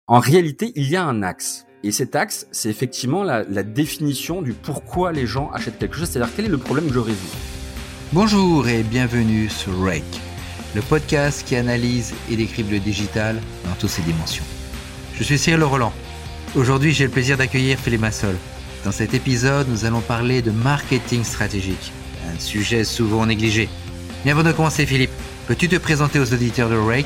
En réalité, il y a un axe. Et cet axe, c'est effectivement la définition du pourquoi les gens achètent quelque chose, c'est-à-dire quel est le problème que je résous. Bonjour et bienvenue sur Rake, le podcast qui analyse et décrypte le digital dans toutes ses dimensions. Je suis Cyril Roland. Aujourd'hui, j'ai le plaisir d'accueillir Philippe Massol. Dans cet épisode, nous allons parler de marketing stratégique, un sujet souvent négligé. Mais avant de commencer, Philippe, peux-tu te présenter aux auditeurs de Rake ?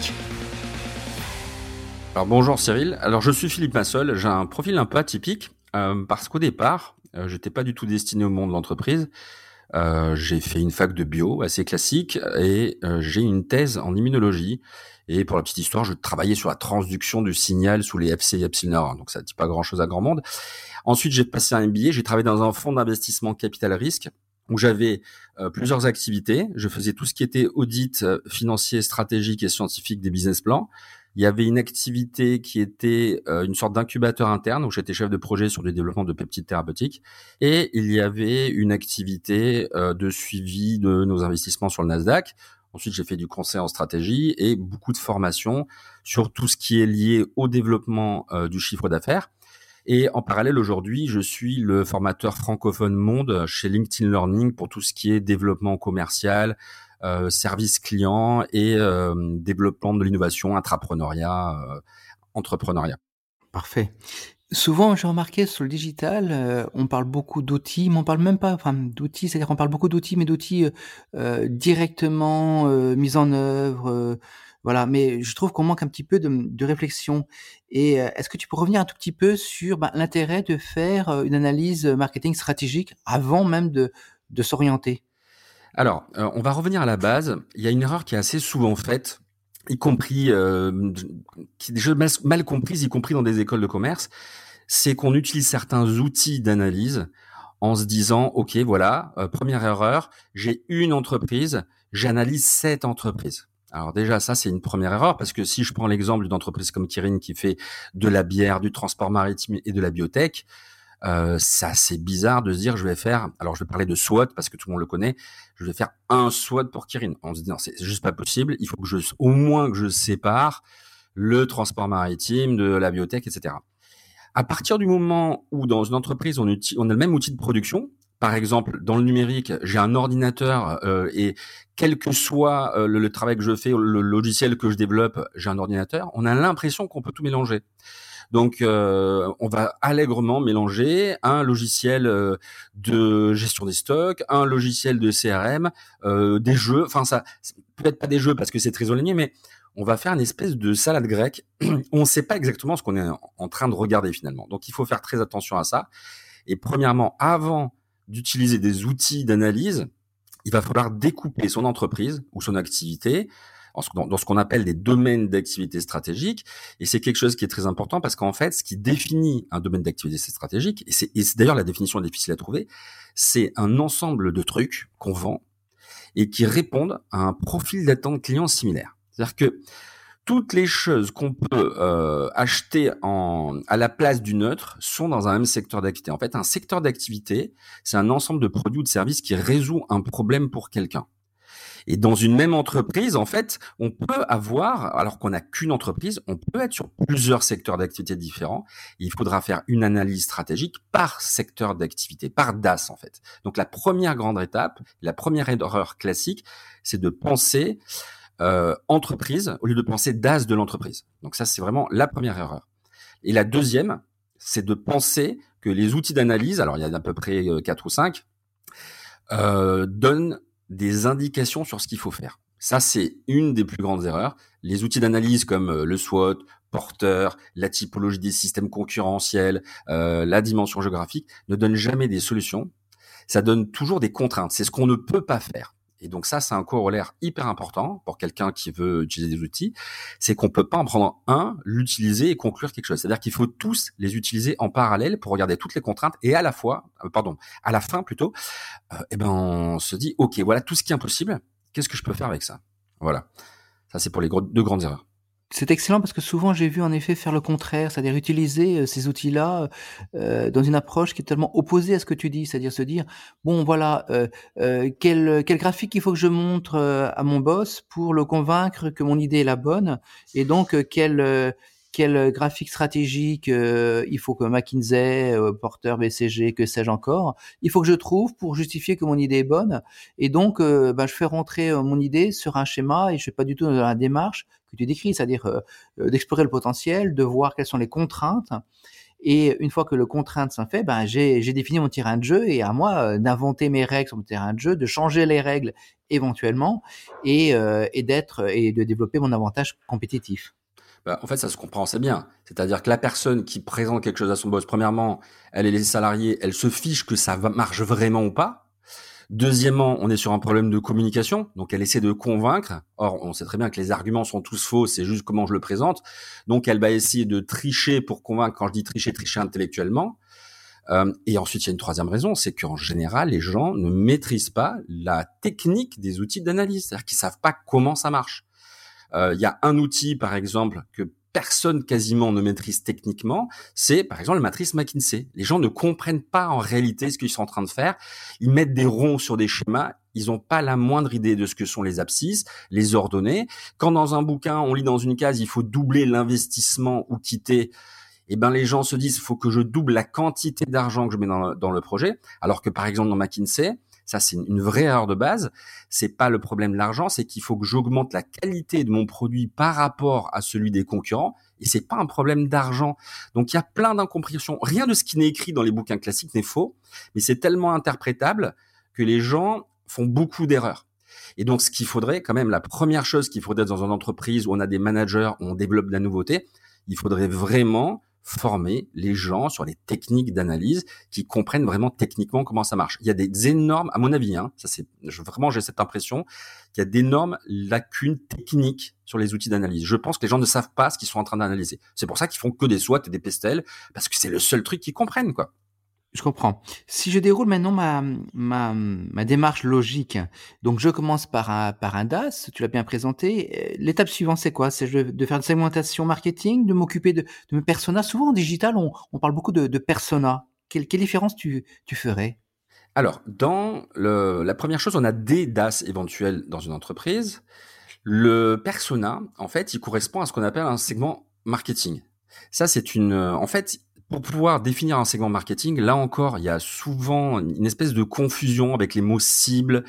Alors bonjour Cyril, alors je suis Philippe Massol, j'ai un profil un peu atypique parce qu'au départ, j'étais pas du tout destiné au monde de l'entreprise. J'ai fait une fac de bio assez classique et j'ai une thèse en immunologie. Et pour la petite histoire, je travaillais sur la transduction du signal sous les Fc et epsilon. Donc ça ne dit pas grand-chose à grand monde. Ensuite, j'ai passé un MBA, j'ai travaillé dans un fonds d'investissement capital risque où j'avais plusieurs activités. Je faisais tout ce qui était audit financier, stratégique et scientifique des business plans. Il y avait une activité qui était une sorte d'incubateur interne où j'étais chef de projet sur le développement de peptides thérapeutiques. Et il y avait une activité de suivi de nos investissements sur le Nasdaq. Ensuite, j'ai fait du conseil en stratégie et beaucoup de formations sur tout ce qui est lié au développement du chiffre d'affaires. Et en parallèle, aujourd'hui, je suis le formateur francophone monde chez LinkedIn Learning pour tout ce qui est développement commercial, service client et développement de l'innovation, intrapreneuriat, entrepreneuriat. Parfait. Souvent, j'ai remarqué sur le digital, on parle beaucoup d'outils, mais on parle même pas d'outils, c'est-à-dire qu'on parle beaucoup d'outils, mais d'outils directement mis en œuvre. Voilà, mais je trouve qu'on manque un petit peu de réflexion. Et est-ce que tu peux revenir un tout petit peu sur l'intérêt de faire une analyse marketing stratégique avant même de s'orienter? Alors, on va revenir à la base. Il y a une erreur qui est assez souvent faite, y compris qui est déjà mal comprise, y compris dans des écoles de commerce, c'est qu'on utilise certains outils d'analyse en se disant, OK, voilà, première erreur, j'ai une entreprise, j'analyse cette entreprise. Alors déjà, ça, c'est une première erreur parce que si je prends l'exemple d'une entreprise comme Kirin qui fait de la bière, du transport maritime et de la biotech, c'est assez bizarre de se dire, je vais parler de SWOT parce que tout le monde le connaît, je vais faire un SWOT pour Kirin. On se dit, non, c'est juste pas possible, il faut que au moins que je sépare le transport maritime de la biotech, etc. À partir du moment où dans une entreprise, on a le même outil de production, par exemple, dans le numérique, j'ai un ordinateur et quel que soit le travail que je fais, le logiciel que je développe, j'ai un ordinateur, on a l'impression qu'on peut tout mélanger. Donc, on va allègrement mélanger un logiciel de gestion des stocks, un logiciel de CRM, des jeux. Enfin, ça peut-être pas des jeux parce que c'est très aligné, mais on va faire une espèce de salade grecque. On ne sait pas exactement ce qu'on est en train de regarder finalement. Donc, il faut faire très attention à ça. Et premièrement, avant d'utiliser des outils d'analyse, il va falloir découper son entreprise ou son activité dans ce qu'on appelle des domaines d'activité stratégique. Et c'est quelque chose qui est très important parce qu'en fait, ce qui définit un domaine d'activité stratégique, et c'est d'ailleurs la définition difficile à trouver, c'est un ensemble de trucs qu'on vend et qui répondent à un profil d'attente client similaire. C'est-à-dire que toutes les choses qu'on peut acheter à la place du neutre sont dans un même secteur d'activité. En fait, un secteur d'activité, c'est un ensemble de produits ou de services qui résout un problème pour quelqu'un. Et dans une même entreprise, en fait, on peut avoir, alors qu'on n'a qu'une entreprise, on peut être sur plusieurs secteurs d'activité différents. Il faudra faire une analyse stratégique par secteur d'activité, par DAS en fait. Donc la première grande étape, la première erreur classique, c'est de penser entreprise au lieu de penser DAS de l'entreprise. Donc ça, c'est vraiment la première erreur. Et la deuxième, c'est de penser que les outils d'analyse, alors il y en a à peu près 4 ou 5, donnent des indications sur ce qu'il faut faire. Ça, c'est une des plus grandes erreurs. Les outils d'analyse comme le SWOT, Porter, la typologie des systèmes concurrentiels, la dimension géographique ne donnent jamais des solutions. Ça donne toujours des contraintes. C'est ce qu'on ne peut pas faire. Et donc ça, c'est un corollaire hyper important pour quelqu'un qui veut utiliser des outils, c'est qu'on peut pas en prendre un, l'utiliser et conclure quelque chose. C'est-à-dire qu'il faut tous les utiliser en parallèle pour regarder toutes les contraintes et à la fin plutôt, on se dit, ok, voilà tout ce qui est impossible, qu'est-ce que je peux faire avec ça? Voilà. Ça, c'est pour les deux grandes erreurs. C'est excellent parce que souvent j'ai vu en effet faire le contraire, c'est-à-dire utiliser ces outils-là dans une approche qui est tellement opposée à ce que tu dis, c'est-à-dire se dire bon voilà quel graphique il faut que je montre à mon boss pour le convaincre que mon idée est la bonne et donc quel graphique stratégique il faut que McKinsey, Porter, BCG, que sais-je encore, il faut que je trouve pour justifier que mon idée est bonne. Et donc, je fais rentrer mon idée sur un schéma et je suis pas du tout dans la démarche que tu décris, c'est-à-dire d'explorer le potentiel, de voir quelles sont les contraintes. Et une fois que le contrainte sont fait, j'ai défini mon terrain de jeu et à moi d'inventer mes règles sur mon terrain de jeu, de changer les règles éventuellement et de développer mon avantage compétitif. En fait, ça se comprend assez bien. C'est-à-dire que la personne qui présente quelque chose à son boss, premièrement, elle est les salariés, elle se fiche que ça marche vraiment ou pas. Deuxièmement, on est sur un problème de communication, donc elle essaie de convaincre. Or, on sait très bien que les arguments sont tous faux, c'est juste comment je le présente. Donc, elle va essayer de tricher pour convaincre. Quand je dis tricher, tricher intellectuellement. Et ensuite, il y a une troisième raison, c'est qu'en général, les gens ne maîtrisent pas la technique des outils d'analyse, c'est-à-dire qu'ils savent pas comment ça marche. Il y a un outil, par exemple, que personne quasiment ne maîtrise techniquement, c'est par exemple la matrice McKinsey. Les gens ne comprennent pas en réalité ce qu'ils sont en train de faire. Ils mettent des ronds sur des schémas. Ils n'ont pas la moindre idée de ce que sont les abscisses, les ordonnées. Quand dans un bouquin, on lit dans une case, il faut doubler l'investissement ou quitter, les gens se disent, il faut que je double la quantité d'argent que je mets dans le projet. Alors que par exemple dans McKinsey, ça, c'est une vraie erreur de base. C'est pas le problème de l'argent, c'est qu'il faut que j'augmente la qualité de mon produit par rapport à celui des concurrents. Et c'est pas un problème d'argent. Donc, il y a plein d'incompréhensions. Rien de ce qui n'est écrit dans les bouquins classiques n'est faux, mais c'est tellement interprétable que les gens font beaucoup d'erreurs. Et donc, ce qu'il faudrait, quand même, la première chose qu'il faudrait dans une entreprise où on a des managers, où on développe de la nouveauté, il faudrait vraiment former les gens sur les techniques d'analyse qui comprennent vraiment techniquement comment ça marche. Il y a des énormes, à mon avis, j'ai cette impression qu'il y a d'énormes lacunes techniques sur les outils d'analyse. Je pense que les gens ne savent pas ce qu'ils sont en train d'analyser. C'est pour ça qu'ils font que des SWOT et des PESTEL, parce que c'est le seul truc qu'ils comprennent, quoi. Je comprends. Si je déroule maintenant ma démarche logique, donc je commence par un DAS, tu l'as bien présenté. L'étape suivante, c'est quoi? C'est de faire une segmentation marketing, de m'occuper de mes personas. Souvent en digital, on parle beaucoup de personas. Quelle différence tu ferais? Alors, la première chose, on a des DAS éventuels dans une entreprise. Le persona, en fait, il correspond à ce qu'on appelle un segment marketing. Ça, en fait, pour pouvoir définir un segment marketing, là encore, il y a souvent une espèce de confusion avec les mots cibles.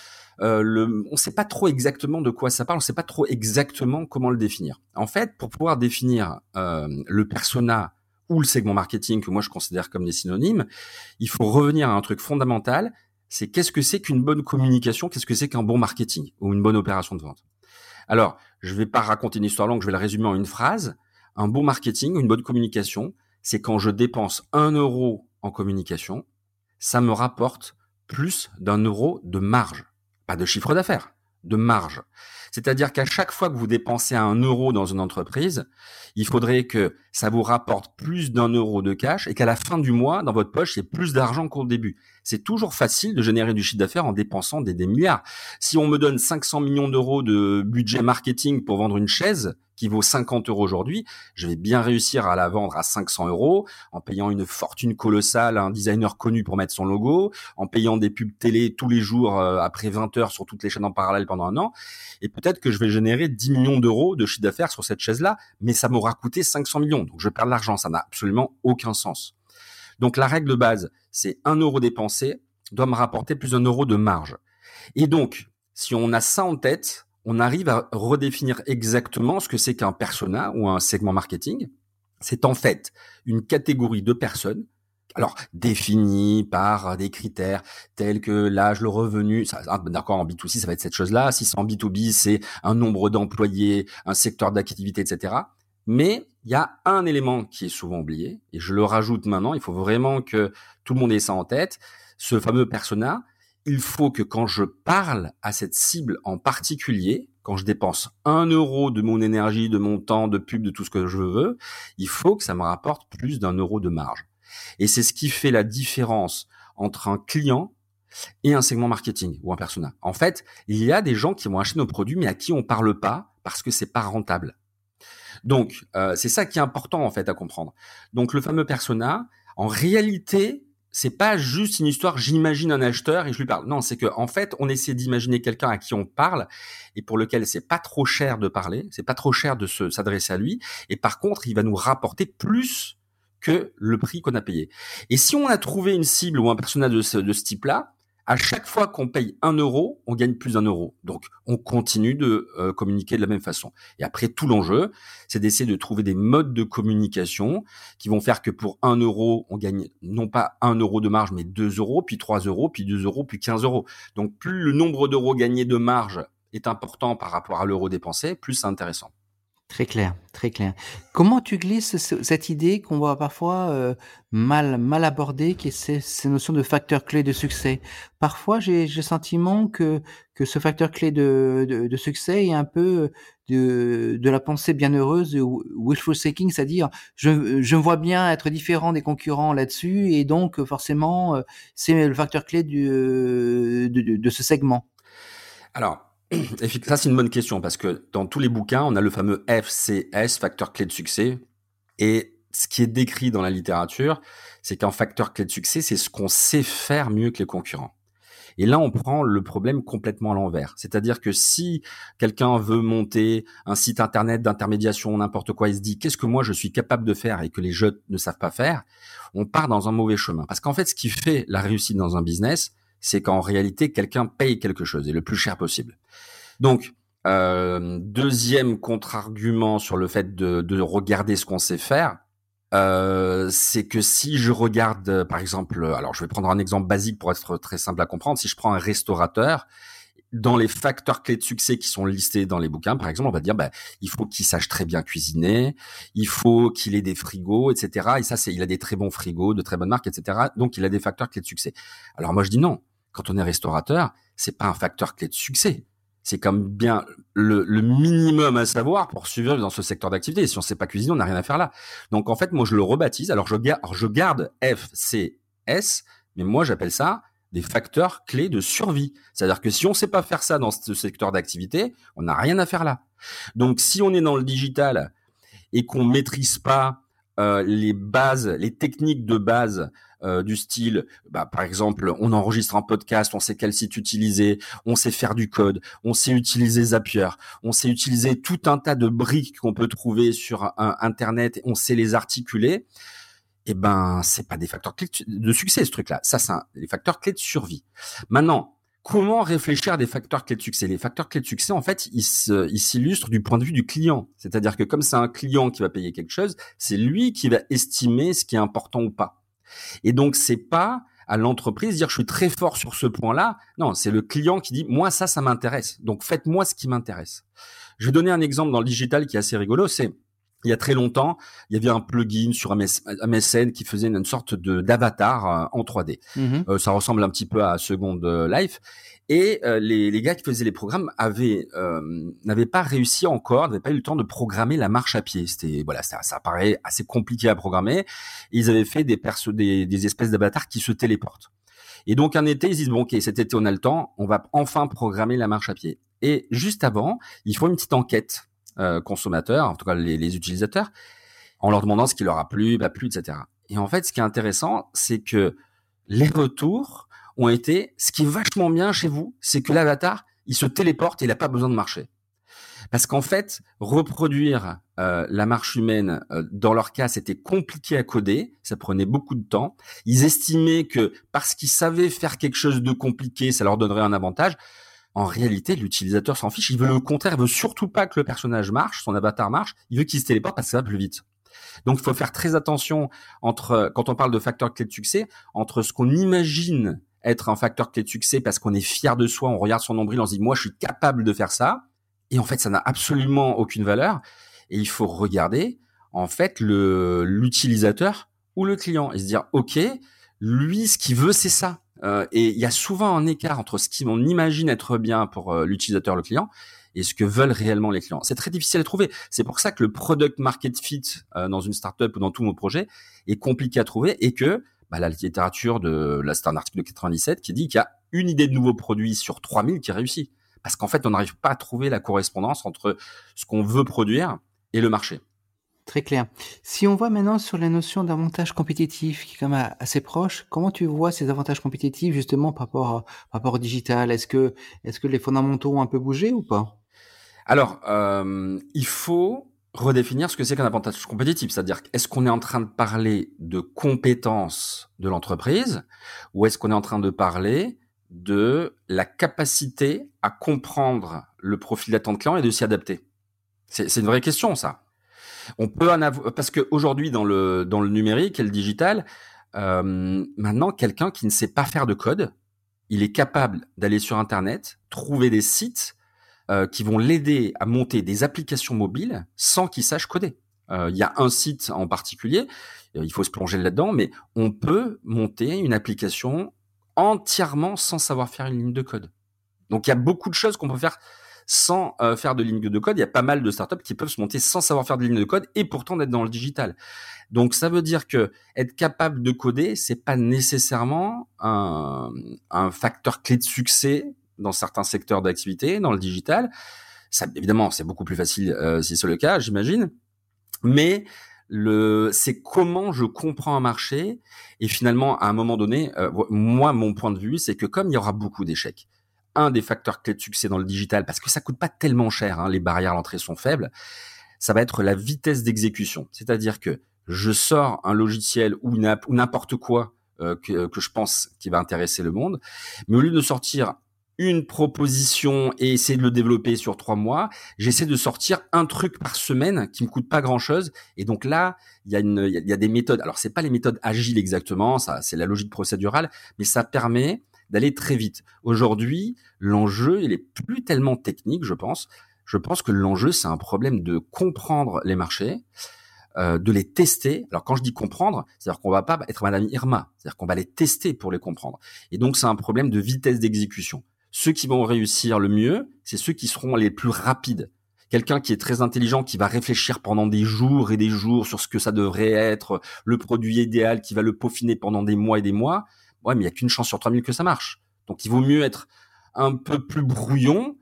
On ne sait pas trop exactement de quoi ça parle, on ne sait pas trop exactement comment le définir. En fait, pour pouvoir définir le persona ou le segment marketing, que moi je considère comme des synonymes, il faut revenir à un truc fondamental, c'est qu'est-ce que c'est qu'une bonne communication, qu'est-ce que c'est qu'un bon marketing ou une bonne opération de vente. Alors, je ne vais pas raconter une histoire longue, je vais la résumer en une phrase. Un bon marketing, une bonne communication, c'est quand je dépense 1 euro en communication, ça me rapporte plus d'1 euro de marge. Pas de chiffre d'affaires, de marge. C'est-à-dire qu'à chaque fois que vous dépensez 1 euro dans une entreprise, il faudrait que ça vous rapporte plus d'1 euro de cash et qu'à la fin du mois, dans votre poche, il y ait plus d'argent qu'au début. C'est toujours facile de générer du chiffre d'affaires en dépensant des milliards. Si on me donne 500 millions d'euros de budget marketing pour vendre une chaise qui vaut 50 euros aujourd'hui, je vais bien réussir à la vendre à 500 euros en payant une fortune colossale à un designer connu pour mettre son logo, en payant des pubs télé tous les jours après 20 heures sur toutes les chaînes en parallèle pendant un an. Et peut-être que je vais générer 10 millions d'euros de chiffre d'affaires sur cette chaise-là, mais ça m'aura coûté 500 millions. Donc je perds de l'argent, ça n'a absolument aucun sens. Donc la règle de base, c'est 1 euro dépensé doit me rapporter plus d'1 euro de marge. Et donc, si on a ça en tête, on arrive à redéfinir exactement ce que c'est qu'un persona ou un segment marketing. C'est en fait une catégorie de personnes, alors définie par des critères tels que l'âge, le revenu. D'accord, en B2C, ça va être cette chose-là. Si c'est en B2B, c'est un nombre d'employés, un secteur d'activité, etc. Mais il y a un élément qui est souvent oublié, et je le rajoute maintenant, il faut vraiment que tout le monde ait ça en tête, ce fameux persona. Il faut que quand je parle à cette cible en particulier, quand je dépense 1 euro de mon énergie, de mon temps, de pub, de tout ce que je veux, il faut que ça me rapporte plus d'1 euro de marge. Et c'est ce qui fait la différence entre un client et un segment marketing ou un persona. En fait, il y a des gens qui vont acheter nos produits, mais à qui on parle pas parce que c'est pas rentable. Donc, c'est ça qui est important en fait à comprendre. Donc, le fameux persona, en réalité, c'est pas juste une histoire, j'imagine un acheteur et je lui parle. Non, c'est que en fait, on essaie d'imaginer quelqu'un à qui on parle et pour lequel c'est pas trop cher de parler, c'est pas trop cher de s'adresser à lui. Et par contre, il va nous rapporter plus que le prix qu'on a payé. Et si on a trouvé une cible ou un personnage de ce type-là, à chaque fois qu'on paye 1 euro, on gagne plus d'1 euro. Donc, on continue de communiquer de la même façon. Et après, tout l'enjeu, c'est d'essayer de trouver des modes de communication qui vont faire que pour 1 euro, on gagne non pas 1 euro de marge, mais 2 euros, puis 3 euros, puis 2 euros, puis 15 euros. Donc, plus le nombre d'euros gagnés de marge est important par rapport à l'euro dépensé, plus c'est intéressant. Très clair, très clair. Comment tu glisses cette idée qu'on voit parfois mal abordée, qui est ces notions de facteur clé de succès? Parfois, j'ai le sentiment que ce facteur clé de succès est un peu de la pensée bienheureuse ou wishful thinking, c'est-à-dire je me vois bien être différent des concurrents là-dessus et donc forcément c'est le facteur clé de ce segment. Alors, ça, c'est une bonne question parce que dans tous les bouquins, on a le fameux FCS, facteur clé de succès. Et ce qui est décrit dans la littérature, c'est qu'un facteur clé de succès, c'est ce qu'on sait faire mieux que les concurrents. Et là, on prend le problème complètement à l'envers. C'est-à-dire que si quelqu'un veut monter un site internet d'intermédiation, n'importe quoi, il se dit qu'est-ce que moi je suis capable de faire et que les jeunes ne savent pas faire, on part dans un mauvais chemin. Parce qu'en fait, ce qui fait la réussite dans un business, c'est qu'en réalité, quelqu'un paye quelque chose et le plus cher possible. Donc, deuxième contre-argument sur le fait de regarder ce qu'on sait faire, c'est que si je regarde, par exemple, alors je vais prendre un exemple basique pour être très simple à comprendre. Si je prends un restaurateur, dans les facteurs clés de succès qui sont listés dans les bouquins, par exemple, on va dire, il faut qu'il sache très bien cuisiner, il faut qu'il ait des frigos, etc. Et ça, il a des très bons frigos, de très bonnes marques, etc. Donc, il a des facteurs clés de succès. Alors moi, je dis non. Quand on est restaurateur, c'est pas un facteur clé de succès. C'est comme bien le minimum à savoir pour survivre dans ce secteur d'activité. Et si on sait pas cuisiner, on n'a rien à faire là. Donc, en fait, moi, je le rebaptise. Alors, je garde FCS, mais moi, j'appelle ça des facteurs clés de survie. C'est-à-dire que si on sait pas faire ça dans ce secteur d'activité, on n'a rien à faire là. Donc, si on est dans le digital et qu'on maîtrise pas les bases, les techniques de base du style, par exemple, on enregistre un podcast, on sait quel site utiliser, on sait faire du code, on sait utiliser Zapier, on sait utiliser tout un tas de briques qu'on peut trouver sur Internet, on sait les articuler. Eh ben, c'est pas des facteurs clés de succès, ce truc-là. Ça, c'est des facteurs clés de survie. Maintenant, comment réfléchir à des facteurs clés de succès? Les facteurs clés de succès, en fait, ils s'illustrent du point de vue du client. C'est-à-dire que comme c'est un client qui va payer quelque chose, c'est lui qui va estimer ce qui est important ou pas. Et donc, c'est pas à l'entreprise de dire je suis très fort sur ce point-là. Non, c'est le client qui dit moi, ça m'intéresse. Donc, faites-moi ce qui m'intéresse. Je vais donner un exemple dans le digital qui est assez rigolo. C'est il y a très longtemps, il y avait un plugin sur MSN qui faisait une sorte d'avatar en 3D. Mmh. Ça ressemble un petit peu à Second Life. Et les gars qui faisaient les programmes n'avaient pas réussi encore, n'avaient pas eu le temps de programmer la marche à pied. Ça paraît assez compliqué à programmer. Et ils avaient fait des espèces d'avatars qui se téléportent. Et donc un été, ils se disent bon ok, cet été on a le temps, on va enfin programmer la marche à pied. Et juste avant, ils font une petite enquête consommateurs, en tout cas les utilisateurs, en leur demandant ce qui leur a plu, pas plu, etc. Et en fait, ce qui est intéressant, c'est que les retours ont été, ce qui est vachement bien chez vous, c'est que l'avatar, il se téléporte et il n'a pas besoin de marcher. Parce qu'en fait, reproduire la marche humaine, dans leur cas, c'était compliqué à coder, ça prenait beaucoup de temps. Ils estimaient que parce qu'ils savaient faire quelque chose de compliqué, ça leur donnerait un avantage. En réalité, l'utilisateur s'en fiche. Il veut le contraire. Il veut surtout pas que le personnage marche, son avatar marche. Il veut qu'il se téléporte parce que ça va plus vite. Donc, il faut faire très attention quand on parle de facteur clé de succès, entre ce qu'on imagine être un facteur clé de succès parce qu'on est fier de soi, on regarde son nombril, on se dit, moi, je suis capable de faire ça. Et en fait, ça n'a absolument aucune valeur. Et il faut regarder, en fait, l'utilisateur ou le client et se dire, OK, lui, ce qu'il veut, c'est ça. Et il y a souvent un écart entre ce qu'on imagine être bien pour l'utilisateur, le client, et ce que veulent réellement les clients. C'est très difficile à trouver. C'est pour ça que le product market fit dans une startup ou dans tous nos projets est compliqué à trouver et que la littérature c'est un article de 97 qui dit qu'il y a une idée de nouveau produit sur 3000 qui réussit. Parce qu'en fait, on n'arrive pas à trouver la correspondance entre ce qu'on veut produire et le marché. Très clair. Si on voit maintenant sur la notion d'avantage compétitif, qui est quand même assez proche, comment tu vois ces avantages compétitifs justement par rapport au digital? Est-ce que les fondamentaux ont un peu bougé ou pas? Alors, il faut redéfinir ce que c'est qu'un avantage compétitif. C'est-à-dire, est-ce qu'on est en train de parler de compétences de l'entreprise ou est-ce qu'on est en train de parler de la capacité à comprendre le profil d'attente client et de s'y adapter? C'est une vraie question, ça. On peut en avoir, parce qu'aujourd'hui, dans le numérique et le digital, maintenant, quelqu'un qui ne sait pas faire de code, il est capable d'aller sur Internet, trouver des sites qui vont l'aider à monter des applications mobiles sans qu'il sache coder. Il y a un site en particulier, il faut se plonger là-dedans, mais on peut monter une application entièrement sans savoir faire une ligne de code. Donc il y a beaucoup de choses qu'on peut faire sans faire de ligne de code. Il y a pas mal de startups qui peuvent se monter sans savoir faire de ligne de code et pourtant d'être dans le digital. Donc ça veut dire que être capable de coder, c'est pas nécessairement un facteur clé de succès dans certains secteurs d'activité, dans le digital. Ça, évidemment, c'est beaucoup plus facile si c'est le cas, j'imagine. Mais c'est comment je comprends un marché et finalement, à un moment donné, moi, mon point de vue, c'est que comme il y aura beaucoup d'échecs, un des facteurs clés de succès dans le digital, parce que ça coûte pas tellement cher, hein, les barrières à l'entrée sont faibles, ça va être la vitesse d'exécution. C'est-à-dire que je sors un logiciel ou une app ou n'importe quoi que je pense qui va intéresser le monde, mais au lieu de sortir une proposition et essayer de le développer sur 3 mois, j'essaie de sortir un truc par semaine qui me coûte pas grand-chose. Et donc là, il y a des méthodes. Alors c'est pas les méthodes agiles exactement, ça c'est la logique procédurale, mais ça permet d'aller très vite. Aujourd'hui, l'enjeu, il est plus tellement technique, je pense. Je pense que l'enjeu, c'est un problème de comprendre les marchés, de les tester. Alors quand je dis comprendre, c'est-à-dire qu'on va pas être Madame Irma, c'est-à-dire qu'on va les tester pour les comprendre. Et donc c'est un problème de vitesse d'exécution. Ceux qui vont réussir le mieux, c'est ceux qui seront les plus rapides. Quelqu'un qui est très intelligent, qui va réfléchir pendant des jours et des jours sur ce que ça devrait être, le produit idéal, qui va le peaufiner pendant des mois et des mois. Ouais, mais il y a qu'une chance sur 3000 que ça marche. Donc il vaut mieux être un peu plus brouillon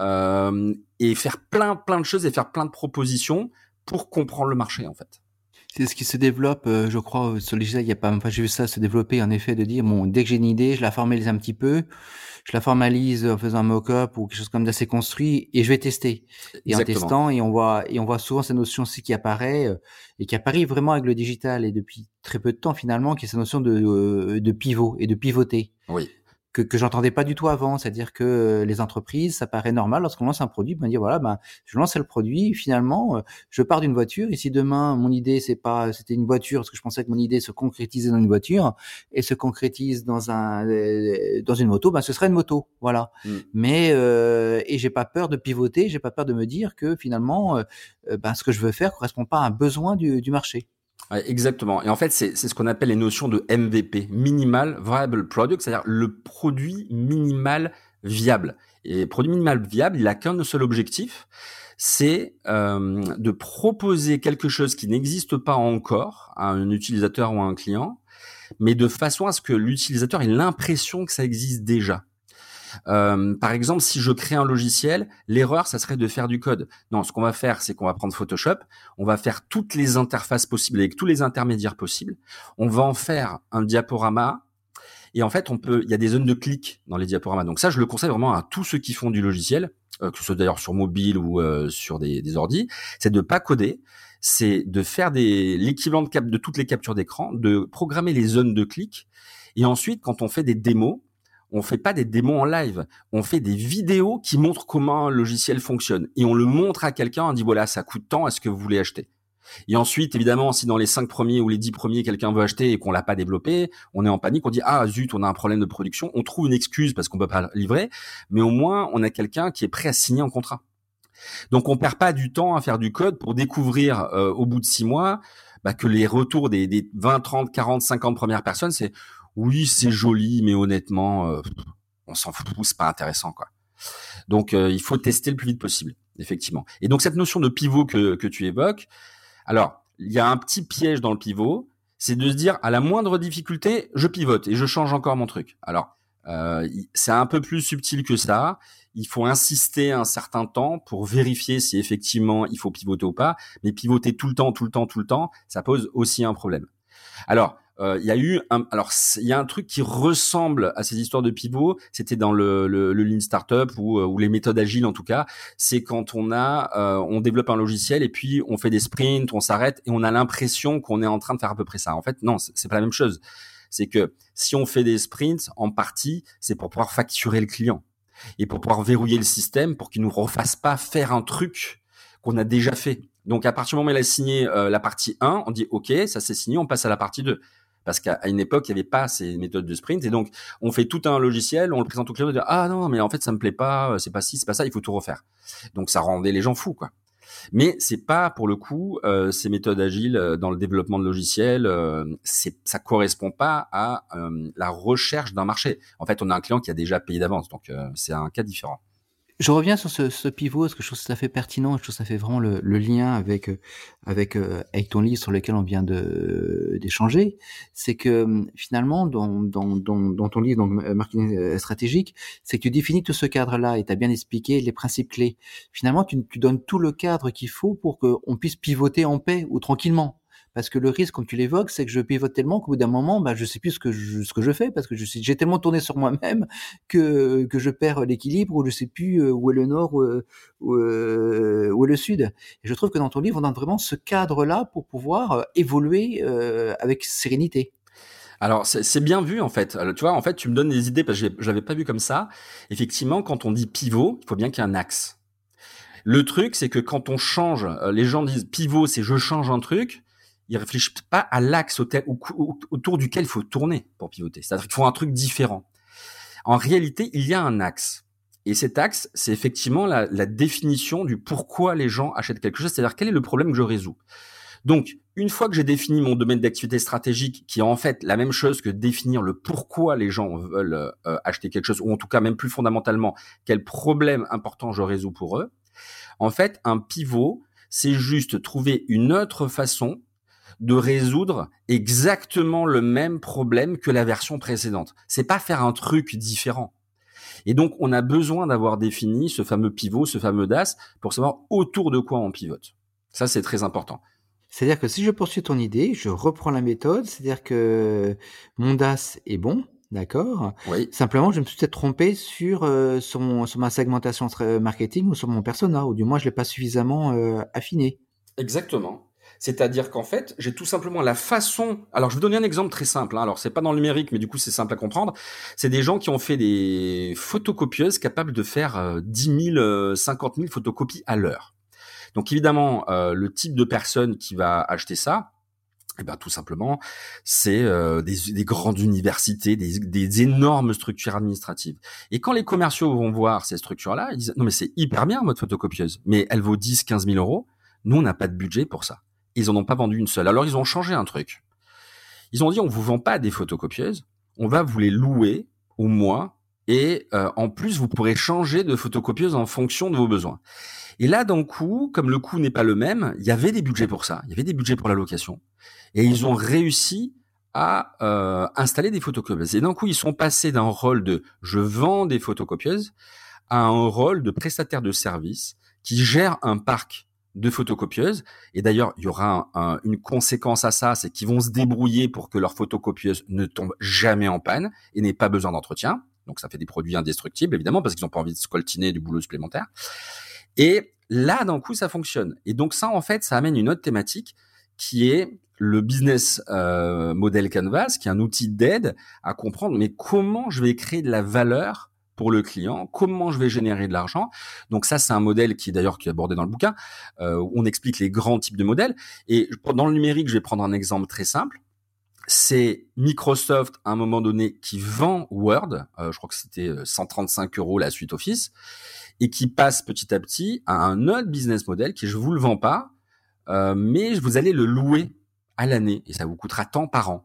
et faire plein de choses et faire plein de propositions pour comprendre le marché en fait. C'est ce qui se développe, je crois, sur le digital. Il y a pas, enfin, j'ai vu ça se développer, en effet, de dire, bon, dès que j'ai une idée, je la formalise un petit peu, je la formalise en faisant un mock-up ou quelque chose comme d'assez construit, et je vais tester. Et en Exactement. testant, et on voit souvent cette notion aussi qui apparaît, et qui apparaît vraiment avec le digital, et depuis très peu de temps, finalement, qui est cette notion de pivot et de pivoter. Oui. Que j'entendais pas du tout avant, c'est-à-dire que les entreprises, ça paraît normal lorsqu'on lance un produit, ben dire voilà, ben je lance le produit, finalement, je pars d'une voiture, et si demain mon idée c'était une voiture, parce que je pensais que mon idée se concrétisait dans une voiture et se concrétise dans dans une moto, ben ce serait une moto, voilà. Mm. Mais et j'ai pas peur de pivoter, j'ai pas peur de me dire que finalement, ben ce que je veux faire correspond pas à un besoin du marché. Ouais, exactement. Et en fait, c'est ce qu'on appelle les notions de MVP, Minimal Viable Product, c'est-à-dire le produit minimal viable. Et produit minimal viable, il a qu'un seul objectif, c'est de proposer quelque chose qui n'existe pas encore à un utilisateur ou à un client, mais de façon à ce que l'utilisateur ait l'impression que ça existe déjà. Par exemple, si je crée un logiciel, l'erreur, ça serait de faire du code. Non, ce qu'on va faire, c'est qu'on va prendre Photoshop, on va faire toutes les interfaces possibles avec tous les intermédiaires possibles, on va en faire un diaporama, et en fait, il y a des zones de clic dans les diaporamas. Donc ça, je le conseille vraiment à tous ceux qui font du logiciel, que ce soit d'ailleurs sur mobile ou sur des ordis, c'est de pas coder, c'est de faire l'équivalent de toutes les captures d'écran, de programmer les zones de clic, et ensuite, quand on fait des démos, on fait pas des démos en live, on fait des vidéos qui montrent comment un logiciel fonctionne. Et on le montre à quelqu'un, on dit voilà, ça coûte tant, est-ce que vous voulez acheter? Et ensuite, évidemment, si dans les 5 premiers ou les 10 premiers, quelqu'un veut acheter et qu'on l'a pas développé, on est en panique, on dit ah zut, on a un problème de production, on trouve une excuse parce qu'on peut pas livrer, mais au moins on a quelqu'un qui est prêt à signer un contrat. Donc on perd pas du temps à faire du code pour découvrir au bout de 6 mois que les retours des 20, 30, 40, 50 premières personnes, c'est oui, c'est joli, mais honnêtement, on s'en fout, c'est pas intéressant, quoi. Donc, il faut tester le plus vite possible, effectivement. Et donc, cette notion de pivot que tu évoques, alors, il y a un petit piège dans le pivot, c'est de se dire, à la moindre difficulté, je pivote et je change encore mon truc. Alors, C'est un peu plus subtil que ça. Il faut insister un certain temps pour vérifier si effectivement il faut pivoter ou pas. Mais pivoter tout le temps, ça pose aussi un problème. Alors, il y a un truc qui ressemble à ces histoires de pivot. C'était dans le Lean Startup ou les méthodes agiles en tout cas. C'est quand on développe un logiciel et puis on fait des sprints, on s'arrête et on a l'impression qu'on est en train de faire à peu près ça. En fait, non, c'est pas la même chose. C'est que si on fait des sprints, en partie, c'est pour pouvoir facturer le client et pour pouvoir verrouiller le système pour qu'il nous refasse pas faire un truc qu'on a déjà fait. Donc, à partir du moment où il a signé la partie 1, on dit OK, ça c'est signé, on passe à la partie 2. Parce qu'à une époque, il n'y avait pas ces méthodes de sprint. Et donc, on fait tout un logiciel, on le présente au client, on dit ah non, mais en fait, ça me plaît pas, c'est pas ci, c'est pas ça, il faut tout refaire. Donc, ça rendait les gens fous, quoi. Mais c'est pas, pour le coup, ces méthodes agiles dans le développement de logiciels, ça correspond pas à la recherche d'un marché. En fait, on a un client qui a déjà payé d'avance. Donc, c'est un cas différent. Je reviens sur ce pivot parce que je trouve que ça fait pertinent, je trouve que ça fait vraiment le lien avec ton livre sur lequel on vient d'échanger. C'est que finalement, dans ton livre, donc marketing stratégique, c'est que tu définis tout ce cadre-là et tu as bien expliqué les principes clés. Finalement, tu donnes tout le cadre qu'il faut pour qu'on puisse pivoter en paix ou tranquillement. Parce que le risque, comme tu l'évoques, c'est que je pivote tellement qu'au bout d'un moment, je sais plus ce que je fais parce que j'ai tellement tourné sur moi-même que je perds l'équilibre ou je sais plus où est le nord où est le sud. Et je trouve que dans ton livre, on donne vraiment ce cadre-là pour pouvoir évoluer avec sérénité. Alors, c'est bien vu, en fait. Alors, tu vois, en fait, tu me donnes des idées parce que je l'avais pas vu comme ça. Effectivement, quand on dit pivot, il faut bien qu'il y ait un axe. Le truc, c'est que quand on change, les gens disent pivot, c'est je change un truc. Ils réfléchissent pas à l'axe autour duquel il faut tourner pour pivoter. C'est-à-dire qu'il faut un truc différent. En réalité, il y a un axe. Et cet axe, c'est effectivement la définition du pourquoi les gens achètent quelque chose. C'est-à-dire quel est le problème que je résous. Donc, une fois que j'ai défini mon domaine d'activité stratégique, qui est en fait la même chose que définir le pourquoi les gens veulent acheter quelque chose, ou en tout cas même plus fondamentalement, quel problème important je résous pour eux, en fait, un pivot, c'est juste trouver une autre façon de résoudre exactement le même problème que la version précédente. C'est pas faire un truc différent. Et donc, on a besoin d'avoir défini ce fameux pivot, ce fameux DAS, pour savoir autour de quoi on pivote. Ça, c'est très important. C'est-à-dire que si je poursuis ton idée, je reprends la méthode, c'est-à-dire que mon DAS est bon, d'accord. Oui. Simplement, je me suis peut-être trompé sur ma segmentation marketing ou sur mon persona, ou du moins je l'ai pas suffisamment affiné. Exactement. C'est-à-dire qu'en fait, j'ai tout simplement la façon. Alors, je vais vous donner un exemple très simple. Alors, c'est pas dans le numérique, mais du coup, c'est simple à comprendre. C'est des gens qui ont fait des photocopieuses capables de faire 10 000, 50 000 photocopies à l'heure. Donc, évidemment, le type de personne qui va acheter ça, eh ben, tout simplement, c'est des grandes universités, des énormes structures administratives. Et quand les commerciaux vont voir ces structures-là, ils disent non mais c'est hyper bien votre photocopieuse, mais elle vaut 10, 15 000 euros. Nous, on n'a pas de budget pour ça. Ils en ont pas vendu une seule. Alors ils ont changé un truc. Ils ont dit on vous vend pas des photocopieuses, on va vous les louer au mois et en plus vous pourrez changer de photocopieuse en fonction de vos besoins. Et là, d'un coup, comme le coût n'est pas le même, il y avait des budgets pour ça, il y avait des budgets pour la location. Et ils ont réussi à installer des photocopieuses. Et d'un coup, ils sont passés d'un rôle de je vends des photocopieuses à un rôle de prestataire de service qui gère un parc de photocopieuses. Et d'ailleurs, il y aura une conséquence à ça, c'est qu'ils vont se débrouiller pour que leur photocopieuse ne tombe jamais en panne et n'ait pas besoin d'entretien. Donc ça fait des produits indestructibles, évidemment, parce qu'ils n'ont pas envie de scoltiner du boulot supplémentaire. Et là, d'un coup, ça fonctionne. Et donc ça, en fait, ça amène une autre thématique qui est le business model Canvas, qui est un outil d'aide à comprendre, mais comment je vais créer de la valeur pour le client, comment je vais générer de l'argent. Donc ça, c'est un modèle qui est abordé dans le bouquin, où on explique les grands types de modèles. Et dans le numérique, je vais prendre un exemple très simple. C'est Microsoft, à un moment donné, qui vend Word, je crois que c'était 135 € la suite Office, et qui passe petit à petit à un autre business model qui est je vous le vends pas, mais vous allez le louer à l'année, et ça vous coûtera tant par an.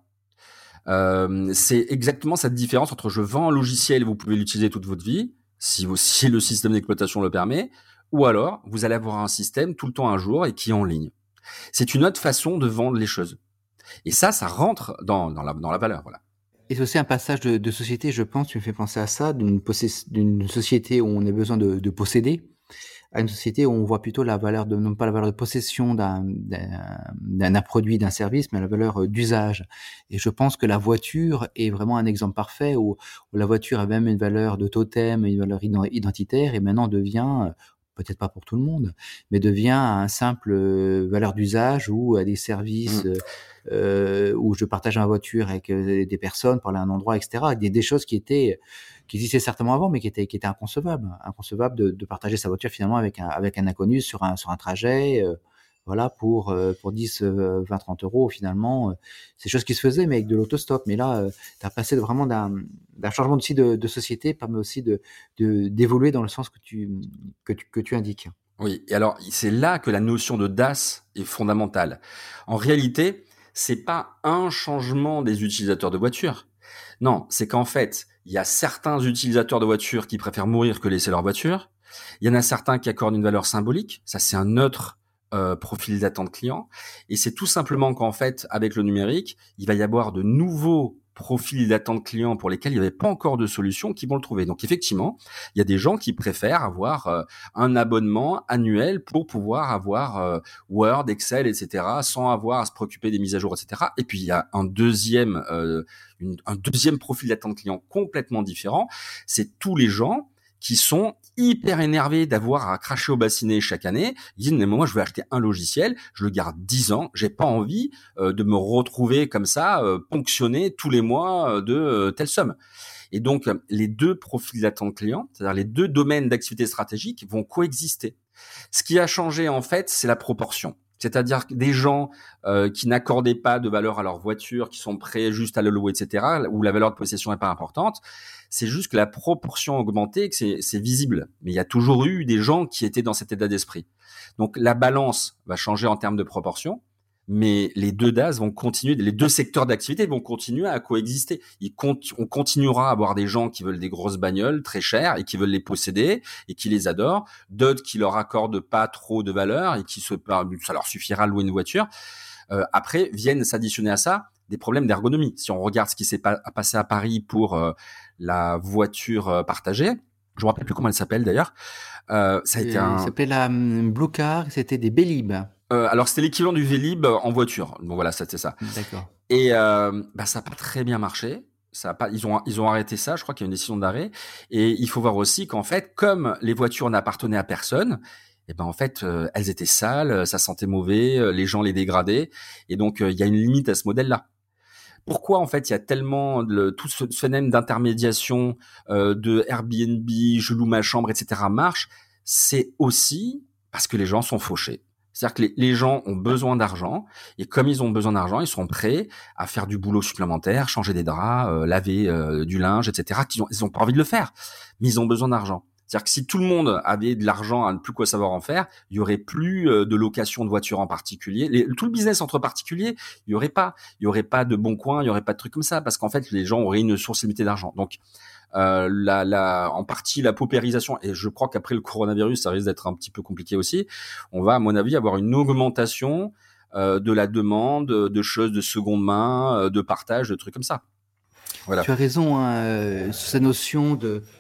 C'est exactement cette différence entre je vends un logiciel et vous pouvez l'utiliser toute votre vie, si le système d'exploitation le permet, ou alors vous allez avoir un système tout le temps à jour et qui est en ligne. C'est une autre façon de vendre les choses. Et ça rentre dans la valeur, voilà. Et c'est aussi un passage de société, je pense, tu me fais penser à ça, d'une société où on a besoin de posséder, à une société où on voit plutôt la valeur de, non pas la valeur de possession d'un produit, d'un service, mais la valeur d'usage. Et je pense que la voiture est vraiment un exemple parfait où la voiture a même une valeur de totem, une valeur identitaire, et maintenant devient, peut-être pas pour tout le monde, mais devient un simple valeur d'usage ou à des services Mm. où je partage ma voiture avec des personnes pour aller à un endroit, etc. Des choses qui existaient certainement avant, mais qui étaient inconcevables de partager sa voiture finalement avec un inconnu sur un trajet, voilà, pour 10, 20, 30 euros finalement. C'est des choses qui se faisaient, mais avec de l'autostop. Mais là, tu as passé vraiment d'un changement aussi de société, permet aussi d'évoluer dans le sens que tu indiques. Oui, et alors c'est là que la notion de DAS est fondamentale. En réalité, c'est pas un changement des utilisateurs de voitures. Non, c'est qu'en fait, il y a certains utilisateurs de voitures qui préfèrent mourir que laisser leur voiture. Il y en a certains qui accordent une valeur symbolique. Ça, c'est un autre profil d'attente client. Et c'est tout simplement qu'en fait, avec le numérique, il va y avoir de nouveaux profils d'attente client pour lesquels il n'y avait pas encore de solution qui vont le trouver. Donc effectivement, il y a des gens qui préfèrent avoir un abonnement annuel pour pouvoir avoir Word, Excel, etc., sans avoir à se préoccuper des mises à jour, etc. Et puis il y a un deuxième profil d'attente client complètement différent. C'est tous les gens qui sont hyper énervés d'avoir à cracher au bassinet chaque année. Ils disent, mais moi, je veux acheter un logiciel, je le garde 10 ans, j'ai pas envie de me retrouver comme ça, ponctionné tous les mois de telle somme. Et donc, les deux profils d'attente client, c'est-à-dire les deux domaines d'activité stratégique, vont coexister. Ce qui a changé, en fait, c'est la proportion. C'est-à-dire que des gens qui n'accordaient pas de valeur à leur voiture, qui sont prêts juste à le louer, etc., où la valeur de possession n'est pas importante, c'est juste que la proportion a augmenté et que c'est visible. Mais il y a toujours eu des gens qui étaient dans cet état d'esprit. Donc la balance va changer en termes de proportion, mais les deux DAS vont continuer, les deux secteurs d'activité vont continuer à coexister. On continuera à avoir des gens qui veulent des grosses bagnoles très chères et qui veulent les posséder et qui les adorent, d'autres qui leur accordent pas trop de valeur et ça leur suffira de louer une voiture. Après, viennent s'additionner à ça des problèmes d'ergonomie. Si on regarde ce qui s'est passé à Paris pour la voiture partagée, je me rappelle plus comment elle s'appelle d'ailleurs. Ça a été Il s'appelait la Blue Car, c'était des Bélib. alors c'était l'équivalent du Vélib en voiture. Bon voilà, c'était ça. D'accord. Et ça n'a pas très bien marché. Ça a pas, ils ont arrêté ça. Je crois qu'il y a une décision d'arrêt. Et il faut voir aussi qu'en fait, comme les voitures n'appartenaient à personne, et ben en fait, elles étaient sales, ça sentait mauvais, les gens les dégradaient. Et donc il y a une limite à ce modèle-là. Pourquoi en fait il y a tellement tout ce phénomène d'intermédiation de Airbnb, je loue ma chambre, etc. marche, c'est aussi parce que les gens sont fauchés. C'est-à-dire que les gens ont besoin d'argent et comme ils ont besoin d'argent, ils sont prêts à faire du boulot supplémentaire, changer des draps, laver du linge, etc. Ils ont pas envie de le faire, mais ils ont besoin d'argent. C'est-à-dire que si tout le monde avait de l'argent à ne plus quoi savoir en faire, il y aurait plus de location de voitures en particulier. Tout le business entre particuliers, il y aurait pas. Il y aurait pas de bons coins, il y aurait pas de trucs comme ça parce qu'en fait les gens auraient une source limitée d'argent. Donc en partie la paupérisation, et je crois qu'après le coronavirus ça risque d'être un petit peu compliqué aussi, on va à mon avis avoir une augmentation de la demande de choses de seconde main, de partage, de trucs comme ça. Voilà. Tu as raison, hein, sur cette notion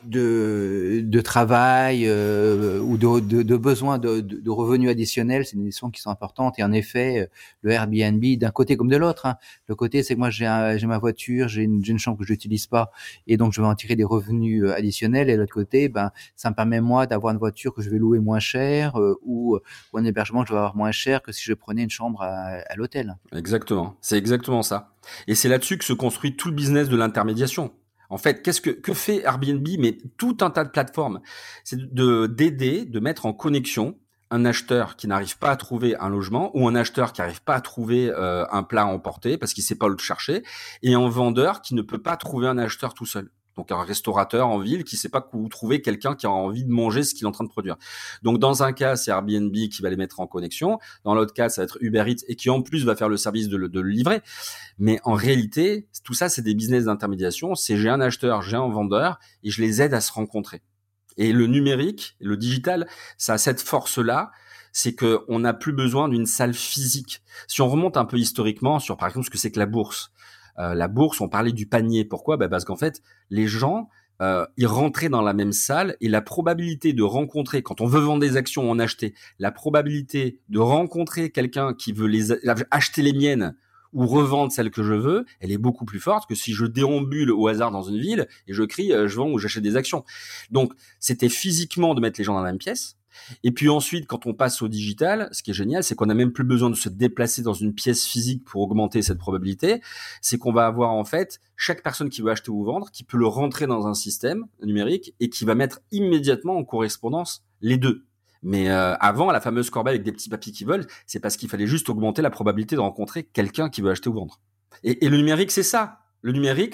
de travail ou de besoin de revenus additionnels, c'est des notions qui sont importantes. Et en effet, le Airbnb, d'un côté comme de l'autre, hein, le côté c'est que moi j'ai ma voiture, j'ai une chambre que je n'utilise pas, et donc je vais en tirer des revenus additionnels. Et de l'autre côté, ça me permet moi d'avoir une voiture que je vais louer moins cher ou un hébergement que je vais avoir moins cher que si je prenais une chambre à l'hôtel. Exactement, c'est exactement ça. Et c'est là-dessus que se construit tout le business de l'intermédiation. En fait, que fait Airbnb, mais tout un tas de plateformes, c'est d'aider, de mettre en connexion un acheteur qui n'arrive pas à trouver un logement ou un acheteur qui n'arrive pas à trouver un plat à emporter parce qu'il sait pas où le chercher et un vendeur qui ne peut pas trouver un acheteur tout seul. Donc un restaurateur en ville qui sait pas où trouver quelqu'un qui a envie de manger ce qu'il est en train de produire. Donc dans un cas, c'est Airbnb qui va les mettre en connexion. Dans l'autre cas, ça va être Uber Eats et qui en plus va faire le service de le livrer. Mais en réalité, tout ça, c'est des business d'intermédiation. C'est j'ai un acheteur, j'ai un vendeur et je les aide à se rencontrer. Et le numérique, le digital, ça a cette force-là, c'est que on n'a plus besoin d'une salle physique. Si on remonte un peu historiquement sur, par exemple, ce que c'est que la bourse, la bourse, on parlait du panier. Pourquoi? Parce qu'en fait, les gens, ils rentraient dans la même salle et la probabilité de rencontrer, quand on veut vendre des actions ou en acheter, la probabilité de rencontrer quelqu'un qui veut acheter les miennes ou revendre celles que je veux, elle est beaucoup plus forte que si je déambule au hasard dans une ville et je crie je vends ou j'achète des actions. Donc c'était physiquement de mettre les gens dans la même pièce. Et puis ensuite, quand on passe au digital, ce qui est génial, c'est qu'on n'a même plus besoin de se déplacer dans une pièce physique pour augmenter cette probabilité. C'est qu'on va avoir en fait chaque personne qui veut acheter ou vendre, qui peut le rentrer dans un système numérique et qui va mettre immédiatement en correspondance les deux. Mais avant, la fameuse corbeille avec des petits papiers qui volent, c'est parce qu'il fallait juste augmenter la probabilité de rencontrer quelqu'un qui veut acheter ou vendre. Et le numérique, c'est ça. Le numérique,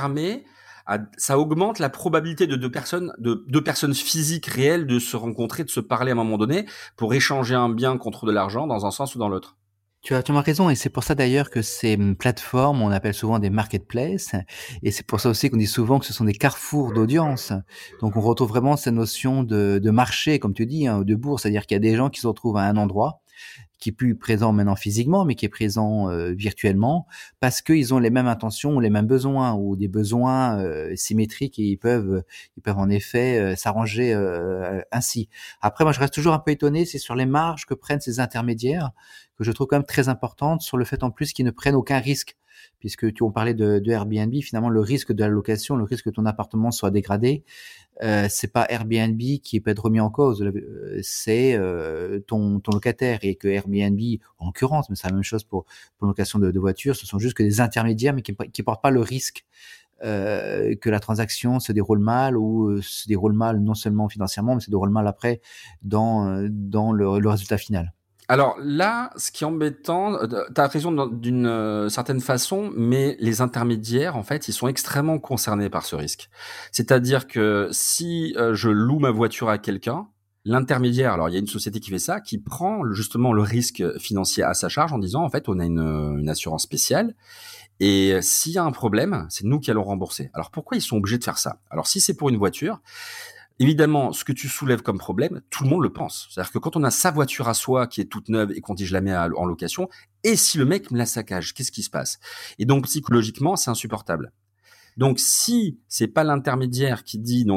ça augmente la probabilité de deux personnes physiques réelles de se rencontrer, de se parler à un moment donné pour échanger un bien contre de l'argent dans un sens ou dans l'autre. Tu as raison, et c'est pour ça d'ailleurs que ces plateformes, on appelle souvent des marketplaces, et c'est pour ça aussi qu'on dit souvent que ce sont des carrefours d'audience. Donc on retrouve vraiment cette notion de marché, comme tu dis, de bourse, c'est-à-dire qu'il y a des gens qui se retrouvent à un endroit, qui est plus présent maintenant physiquement, mais qui est présent virtuellement, parce qu'ils ont les mêmes intentions ou les mêmes besoins, ou des besoins symétriques, et ils peuvent en effet s'arranger ainsi. Après, moi je reste toujours un peu étonné, c'est sur les marges que prennent ces intermédiaires, que je trouve quand même très importante, sur le fait en plus qu'ils ne prennent aucun risque. Puisque on parlait de Airbnb, finalement le risque de la location, le risque que ton appartement soit dégradé, c'est pas Airbnb qui peut être remis en cause, c'est ton locataire, et que Airbnb, en l'occurrence, mais c'est la même chose pour location de voitures, ce sont juste que des intermédiaires, mais qui portent pas le risque que la transaction se déroule mal, ou se déroule mal non seulement financièrement, mais se déroule mal après dans le résultat final. Alors là, ce qui est embêtant, t'as raison d'une certaine façon, mais les intermédiaires, en fait, ils sont extrêmement concernés par ce risque. C'est-à-dire que si je loue ma voiture à quelqu'un, l'intermédiaire, alors il y a une société qui fait ça, qui prend justement le risque financier à sa charge en disant, en fait, on a une assurance spéciale, et s'il y a un problème, c'est nous qui allons rembourser. Alors pourquoi ils sont obligés de faire ça? Alors si c'est pour une voiture, évidemment, ce que tu soulèves comme problème, tout le monde le pense. C'est-à-dire que quand on a sa voiture à soi qui est toute neuve et qu'on dit je la mets en location, et si le mec me la saccage, qu'est-ce qui se passe? Et donc psychologiquement, c'est insupportable. Donc si c'est pas l'intermédiaire qui dit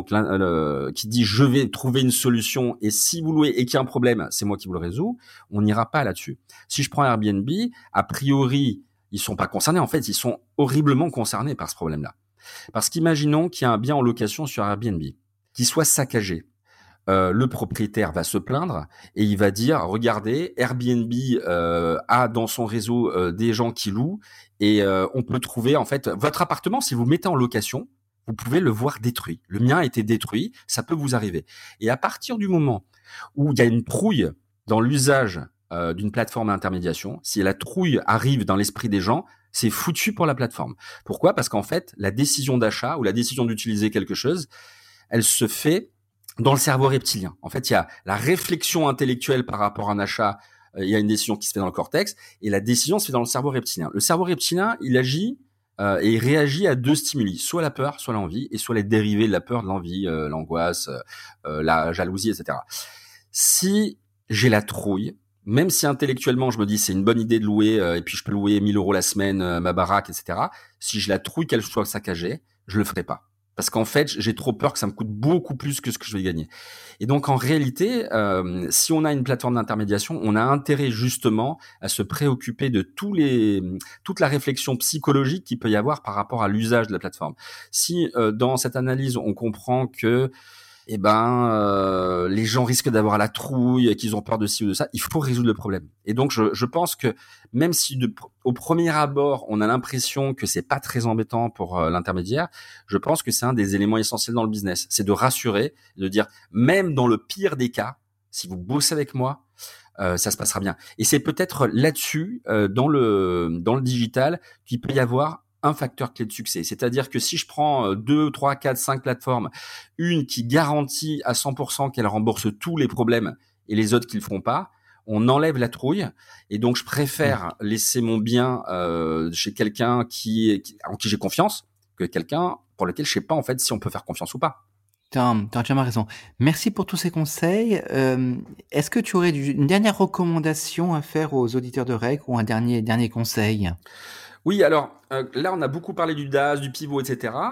je vais trouver une solution, et si vous louez et qu'il y a un problème, c'est moi qui vous le résous, on n'ira pas là-dessus. Si je prends Airbnb, a priori, ils sont pas concernés. En fait, ils sont horriblement concernés par ce problème-là. Parce qu'imaginons qu'il y a un bien en location sur Airbnb qui soit saccagé. Le propriétaire va se plaindre et il va dire regardez, Airbnb a dans son réseau des gens qui louent, et on peut trouver en fait votre appartement, si vous le mettez en location, vous pouvez le voir détruit. Le mien a été détruit, ça peut vous arriver. Et à partir du moment où il y a une trouille dans l'usage d'une plateforme d'intermédiation, si la trouille arrive dans l'esprit des gens, c'est foutu pour la plateforme. Pourquoi? Parce qu'en fait, la décision d'achat ou la décision d'utiliser quelque chose, elle se fait dans le cerveau reptilien. En fait, il y a la réflexion intellectuelle par rapport à un achat, il y a une décision qui se fait dans le cortex, et la décision se fait dans le cerveau reptilien. Le cerveau reptilien, il agit et il réagit à deux stimuli, soit la peur, soit l'envie, et soit les dérivés de la peur, de l'envie, l'angoisse, la jalousie, etc. Si j'ai la trouille, même si intellectuellement je me dis c'est une bonne idée de louer, et puis je peux louer 1000 € la semaine, ma baraque, etc. Si j'ai la trouille qu'elle soit saccagée, je le ferai pas. Parce qu'en fait, j'ai trop peur que ça me coûte beaucoup plus que ce que je vais gagner. Et donc, en réalité, si on a une plateforme d'intermédiation, on a intérêt justement à se préoccuper de toute la réflexion psychologique qu'il peut y avoir par rapport à l'usage de la plateforme. Si dans cette analyse, on comprend que les gens risquent d'avoir la trouille, qu'ils ont peur de ci ou de ça, il faut résoudre le problème. Et donc, je pense que même si au premier abord, on a l'impression que c'est pas très embêtant pour l'intermédiaire, je pense que c'est un des éléments essentiels dans le business. C'est de rassurer, de dire, même dans le pire des cas, si vous bossez avec moi, ça se passera bien. Et c'est peut-être là-dessus, dans le digital, qu'il peut y avoir un facteur clé de succès. C'est-à-dire que si je prends 2, 3, 4, 5 plateformes, une qui garantit à 100% qu'elle rembourse tous les problèmes et les autres qui le feront pas, on enlève la trouille. Et donc, je préfère laisser mon bien chez quelqu'un en qui j'ai confiance que quelqu'un pour lequel je sais pas en fait si on peut faire confiance ou pas. T'as entièrement raison. Merci pour tous ces conseils. Est-ce que tu aurais une dernière recommandation à faire aux auditeurs de REC, ou un dernier conseil? Oui, alors là, on a beaucoup parlé du DAS, du pivot, etc.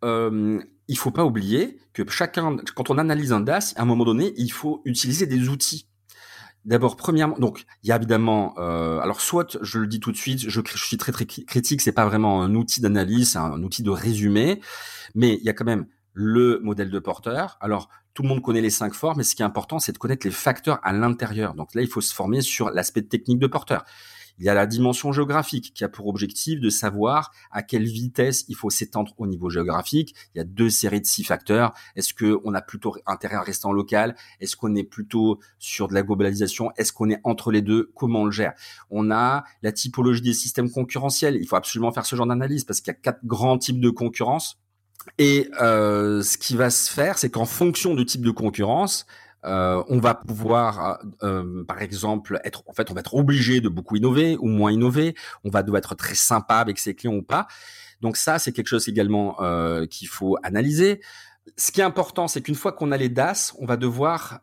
Il faut pas oublier que quand on analyse un DAS, à un moment donné, il faut utiliser des outils. D'abord, premièrement, donc il y a évidemment, alors soit je le dis tout de suite, je suis très très critique, c'est pas vraiment un outil d'analyse, c'est un outil de résumé, mais il y a quand même le modèle de Porter. Alors tout le monde connaît les 5 formes, mais ce qui est important, c'est de connaître les facteurs à l'intérieur. Donc là, il faut se former sur l'aspect technique de Porter. Il y a la dimension géographique qui a pour objectif de savoir à quelle vitesse il faut s'étendre au niveau géographique. Il y a 2 séries de 6 facteurs. Est-ce qu'on a plutôt intérêt à rester en local? Est-ce qu'on est plutôt sur de la globalisation? Est-ce qu'on est entre les deux? Comment on le gère? On a la typologie des systèmes concurrentiels. Il faut absolument faire ce genre d'analyse parce qu'il y a 4 grands types de concurrence. Et ce qui va se faire, c'est qu'en fonction du type de concurrence, on va pouvoir, par exemple, on va être obligé de beaucoup innover ou moins innover. On va devoir être très sympa avec ses clients ou pas. Donc ça, c'est quelque chose également qu'il faut analyser. Ce qui est important, c'est qu'une fois qu'on a les DAS, on va devoir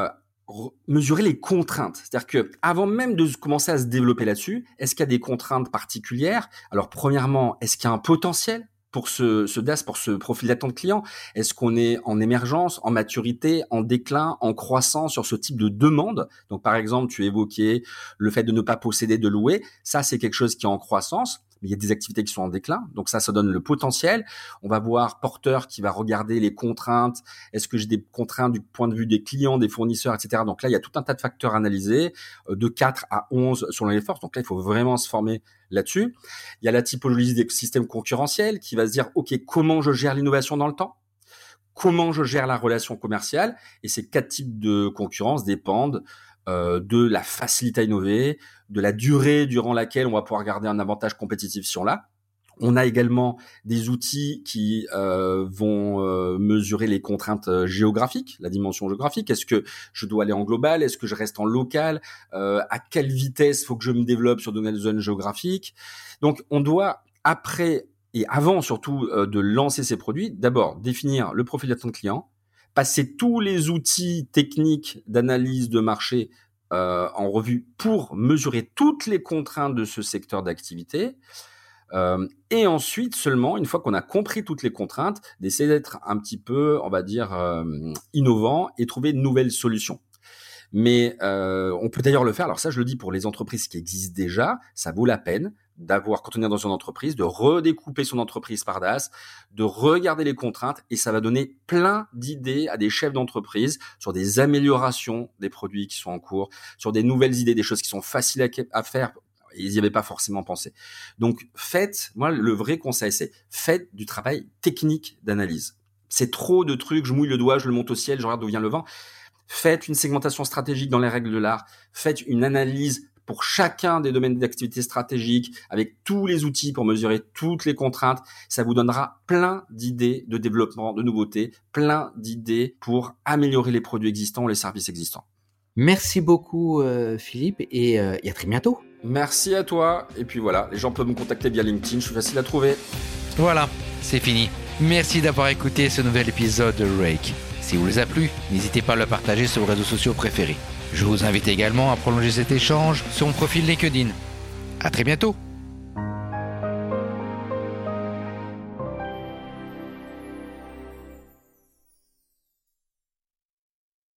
mesurer les contraintes. C'est-à-dire que avant même de commencer à se développer là-dessus, est-ce qu'il y a des contraintes particulières? Alors premièrement, est-ce qu'il y a un potentiel pour ce DAS, pour ce profil d'attente client? Est-ce qu'on est en émergence, en maturité, en déclin, en croissance sur ce type de demande? Donc, par exemple, tu évoquais le fait de ne pas posséder, de louer. Ça, c'est quelque chose qui est en croissance. Mais il y a des activités qui sont en déclin. Donc ça donne le potentiel. On va voir Porter qui va regarder les contraintes. Est-ce que j'ai des contraintes du point de vue des clients, des fournisseurs, etc. Donc là, il y a tout un tas de facteurs analysés, de 4 à 11 selon les forces. Donc là, il faut vraiment se former là-dessus. Il y a la typologie des systèmes concurrentiels qui va se dire, OK, comment je gère l'innovation dans le temps? Comment je gère la relation commerciale? Et ces 4 types de concurrence dépendent de la facilité à innover, de la durée durant laquelle on va pouvoir garder un avantage compétitif si on l'a. On a également des outils qui vont mesurer les contraintes géographiques, la dimension géographique. Est-ce que je dois aller en global? Est-ce que je reste en local? À quelle vitesse faut que je me développe sur de nouvelles zones géographiques? Donc, on doit, après et avant surtout de lancer ces produits, d'abord définir le profil d'attente client, passer tous les outils techniques d'analyse de marché en revue pour mesurer toutes les contraintes de ce secteur d'activité. Et ensuite, seulement, une fois qu'on a compris toutes les contraintes, d'essayer d'être un petit peu, on va dire, innovant et trouver de nouvelles solutions. Mais on peut d'ailleurs le faire, alors ça je le dis pour les entreprises qui existent déjà, ça vaut la peine d'avoir, quand on est dans une entreprise, de redécouper son entreprise par DAS, de regarder les contraintes et ça va donner plein d'idées à des chefs d'entreprise sur des améliorations des produits qui sont en cours, sur des nouvelles idées, des choses qui sont faciles à faire. Ils n'y avaient pas forcément pensé. Donc moi le vrai conseil c'est faites du travail technique d'analyse. C'est trop de trucs, je mouille le doigt, je le monte au ciel, je regarde d'où vient le vent. Faites une segmentation stratégique dans les règles de l'art. Faites une analyse pour chacun des domaines d'activité stratégique avec tous les outils pour mesurer toutes les contraintes. Ça vous donnera plein d'idées de développement, de nouveautés, plein d'idées pour améliorer les produits existants ou les services existants. Merci beaucoup Philippe et à très bientôt. Merci à toi. Et puis voilà, les gens peuvent me contacter via LinkedIn, je suis facile à trouver. Voilà, c'est fini. Merci d'avoir écouté ce nouvel épisode de Rake. Si vous les a plu, n'hésitez pas à le partager sur vos réseaux sociaux préférés. Je vous invite également à prolonger cet échange sur mon profil LinkedIn. À très bientôt.